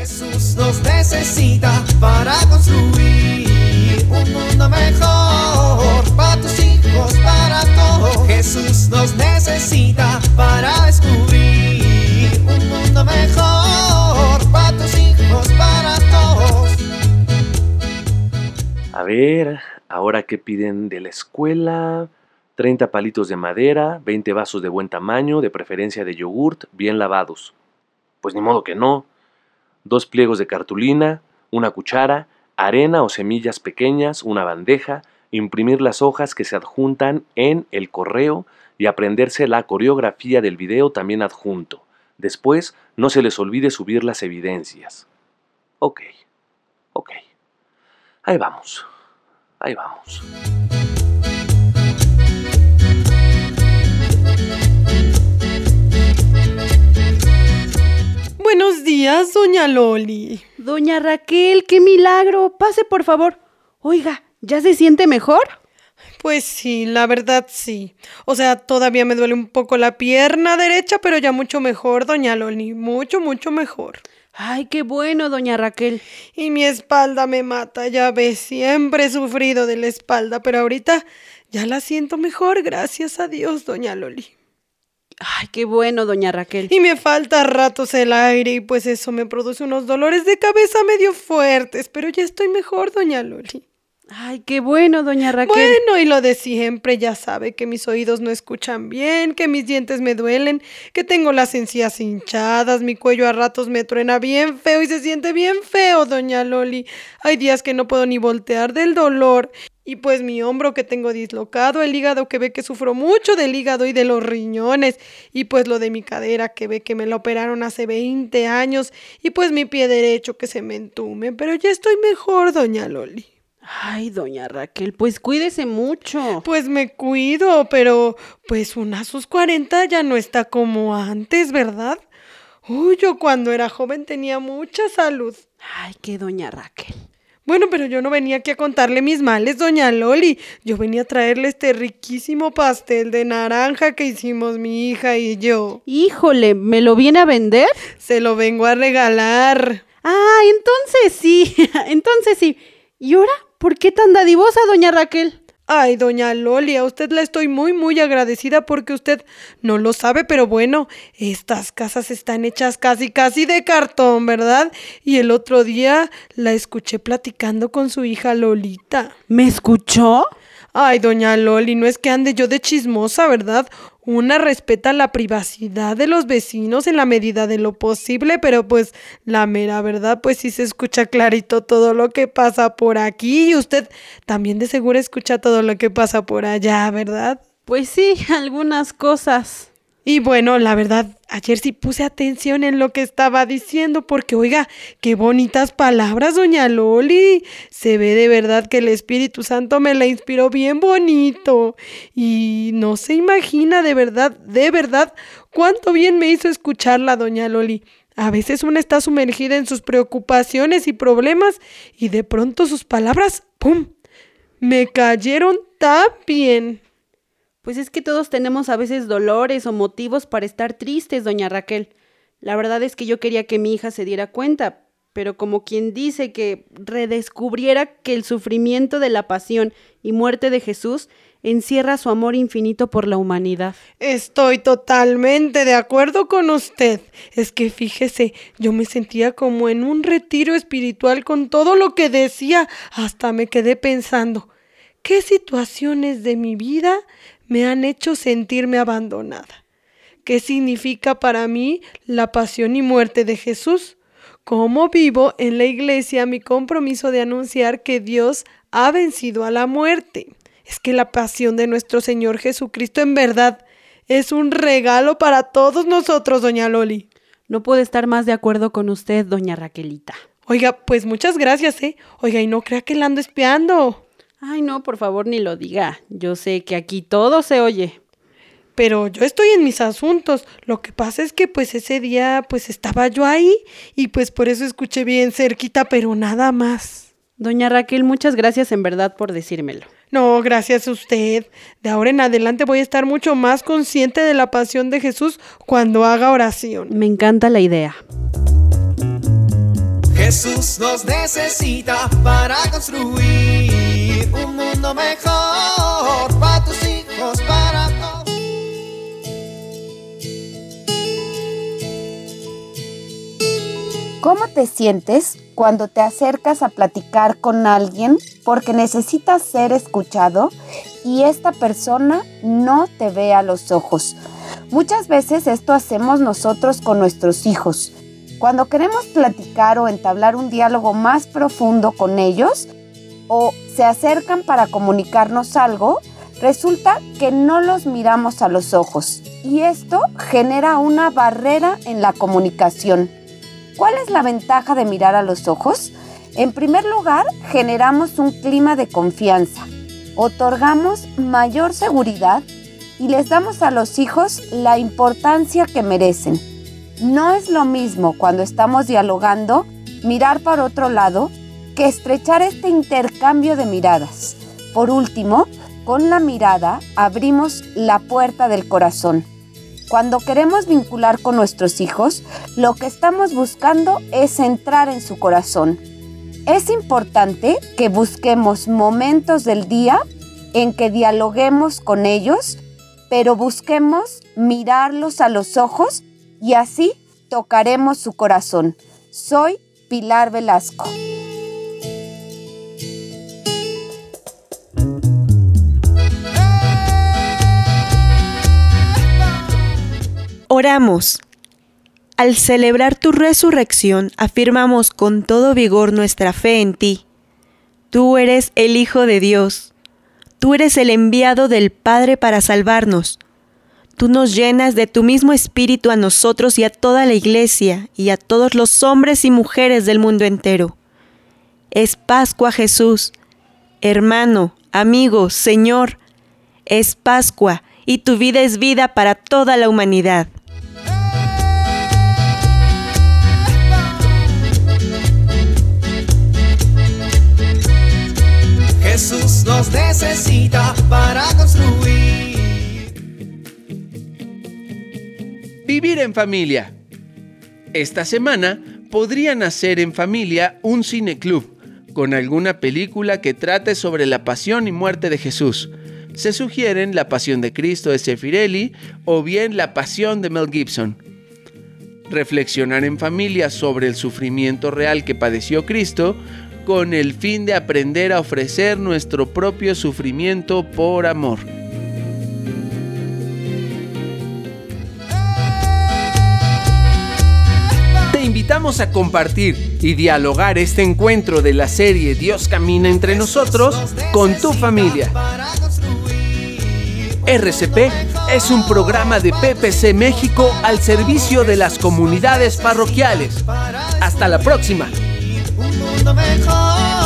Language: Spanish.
Jesús nos necesita para construir un mundo mejor, para tus hijos, para todos. Jesús nos necesita para descubrir un mundo mejor, para tus hijos, para todos. A ver, ahora qué piden de la escuela. 30 palitos de madera, 20 vasos de buen tamaño, de preferencia de yogurt, bien lavados. Pues ni modo que no. 2 pliegos de cartulina, una cuchara, arena o semillas pequeñas, una bandeja, imprimir las hojas que se adjuntan en el correo y aprenderse la coreografía del video también adjunto. Después, no se les olvide subir las evidencias. Ok. Ahí vamos. Buenos días, doña Loli. Doña Raquel, qué milagro. Pase, por favor. Oiga, ¿ya se siente mejor? Pues sí, la verdad sí. O sea, todavía me duele un poco la pierna derecha, pero ya mucho mejor, doña Loli. Mucho mejor. Ay, qué bueno, doña Raquel. Y mi espalda me mata, ya ves, siempre he sufrido de la espalda, pero ahorita ya la siento mejor, gracias a Dios, doña Loli. Ay, qué bueno, doña Raquel. Y me falta a ratos el aire y pues eso me produce unos dolores de cabeza medio fuertes, pero ya estoy mejor, doña Loli. Ay, qué bueno, doña Raquel. Bueno, y lo de siempre, ya sabe que mis oídos no escuchan bien, que mis dientes me duelen, que tengo las encías hinchadas, mi cuello a ratos me truena bien feo y se siente bien feo, doña Loli. Hay días que no puedo ni voltear del dolor. Y pues mi hombro que tengo dislocado, el hígado que ve que sufro mucho del hígado y de los riñones, y pues lo de mi cadera que ve que me la operaron hace 20 años, y pues mi pie derecho que se me entume, pero ya estoy mejor, doña Loli. Ay, doña Raquel, pues cuídese mucho. Pues me cuido, pero pues una a sus 40 ya no está como antes, ¿verdad? Uy, yo cuando era joven tenía mucha salud. Ay, qué doña Raquel. Bueno, pero yo no venía aquí a contarle mis males, doña Loli. Yo venía a traerle este riquísimo pastel de naranja que hicimos mi hija y yo. Híjole, ¿me lo viene a vender? Se lo vengo a regalar. Ah, entonces sí. ¿Y ahora? ¿Por qué tan dadivosa, doña Raquel? Ay, doña Loli, a usted la estoy muy agradecida porque usted no lo sabe, pero bueno, estas casas están hechas casi de cartón, ¿verdad? Y el otro día la escuché platicando con su hija Lolita. ¿Me escuchó? Ay, doña Loli, no es que ande yo de chismosa, ¿verdad? Una respeta la privacidad de los vecinos en la medida de lo posible, pero pues la mera verdad, pues sí se escucha clarito todo lo que pasa por aquí y usted también de seguro escucha todo lo que pasa por allá, ¿verdad? Pues sí, algunas cosas. Y bueno, la verdad, ayer sí puse atención en lo que estaba diciendo porque, oiga, qué bonitas palabras, doña Loli. Se ve de verdad que el Espíritu Santo me la inspiró bien bonito. Y no se imagina de verdad, cuánto bien me hizo escucharla, doña Loli. A veces una está sumergida en sus preocupaciones y problemas y de pronto sus palabras, ¡pum!, me cayeron tan bien. Pues es que todos tenemos a veces dolores o motivos para estar tristes, doña Raquel. La verdad es que yo quería que mi hija se diera cuenta, pero como quien dice que redescubriera que el sufrimiento de la pasión y muerte de Jesús encierra su amor infinito por la humanidad. Estoy totalmente de acuerdo con usted. Es que fíjese, yo me sentía como en un retiro espiritual con todo lo que decía. Hasta me quedé pensando, ¿qué situaciones de mi vida me han hecho sentirme abandonada? ¿Qué significa para mí la pasión y muerte de Jesús? ¿Cómo vivo en la iglesia mi compromiso de anunciar que Dios ha vencido a la muerte? Es que la pasión de nuestro Señor Jesucristo en verdad es un regalo para todos nosotros, doña Loli. No puedo estar más de acuerdo con usted, doña Raquelita. Oiga, pues muchas gracias, Oiga, y no crea que la ando espiando. Ay, no, por favor, ni lo diga. Yo sé que aquí todo se oye. Pero yo estoy en mis asuntos. Lo que pasa es que pues ese día pues estaba yo ahí y pues por eso escuché bien cerquita, pero nada más. Doña Raquel, muchas gracias en verdad por decírmelo. No, gracias a usted. De ahora en adelante voy a estar mucho más consciente de la pasión de Jesús cuando haga oración. Me encanta la idea. Jesús nos necesita para construir un mundo mejor para tus hijos, para todos. ¿Cómo te sientes cuando te acercas a platicar con alguien porque necesitas ser escuchado y esta persona no te ve a los ojos? Muchas veces esto hacemos nosotros con nuestros hijos. Cuando queremos platicar o entablar un diálogo más profundo con ellos o se acercan para comunicarnos algo, resulta que no los miramos a los ojos y esto genera una barrera en la comunicación. ¿Cuál es la ventaja de mirar a los ojos? En primer lugar, generamos un clima de confianza, otorgamos mayor seguridad y les damos a los hijos la importancia que merecen. No es lo mismo cuando estamos dialogando mirar para otro lado que estrechar este intercambio de miradas. Por último, con la mirada abrimos la puerta del corazón. Cuando queremos vincular con nuestros hijos, lo que estamos buscando es entrar en su corazón. Es importante que busquemos momentos del día en que dialoguemos con ellos, pero busquemos mirarlos a los ojos y así tocaremos su corazón. Soy Pilar Velasco. Oramos. Al celebrar tu resurrección, afirmamos con todo vigor nuestra fe en ti. Tú eres el Hijo de Dios. Tú eres el enviado del Padre para salvarnos. Tú nos llenas de tu mismo espíritu a nosotros y a toda la Iglesia y a todos los hombres y mujeres del mundo entero. Es Pascua, Jesús. Hermano, amigo, Señor, es Pascua y tu vida es vida para toda la humanidad. Jesús nos necesita para construir. Vivir en familia. Esta semana podrían hacer en familia un cineclub con alguna película que trate sobre la pasión y muerte de Jesús. Se sugieren La Pasión de Cristo de Zeffirelli o bien La Pasión de Mel Gibson. Reflexionar en familia sobre el sufrimiento real que padeció Cristo con el fin de aprender a ofrecer nuestro propio sufrimiento por amor. Te invitamos a compartir y dialogar este encuentro de la serie Dios camina entre nosotros con tu familia. RCP es un programa de PPC México al servicio de las comunidades parroquiales. Hasta la próxima. Un mundo mejor.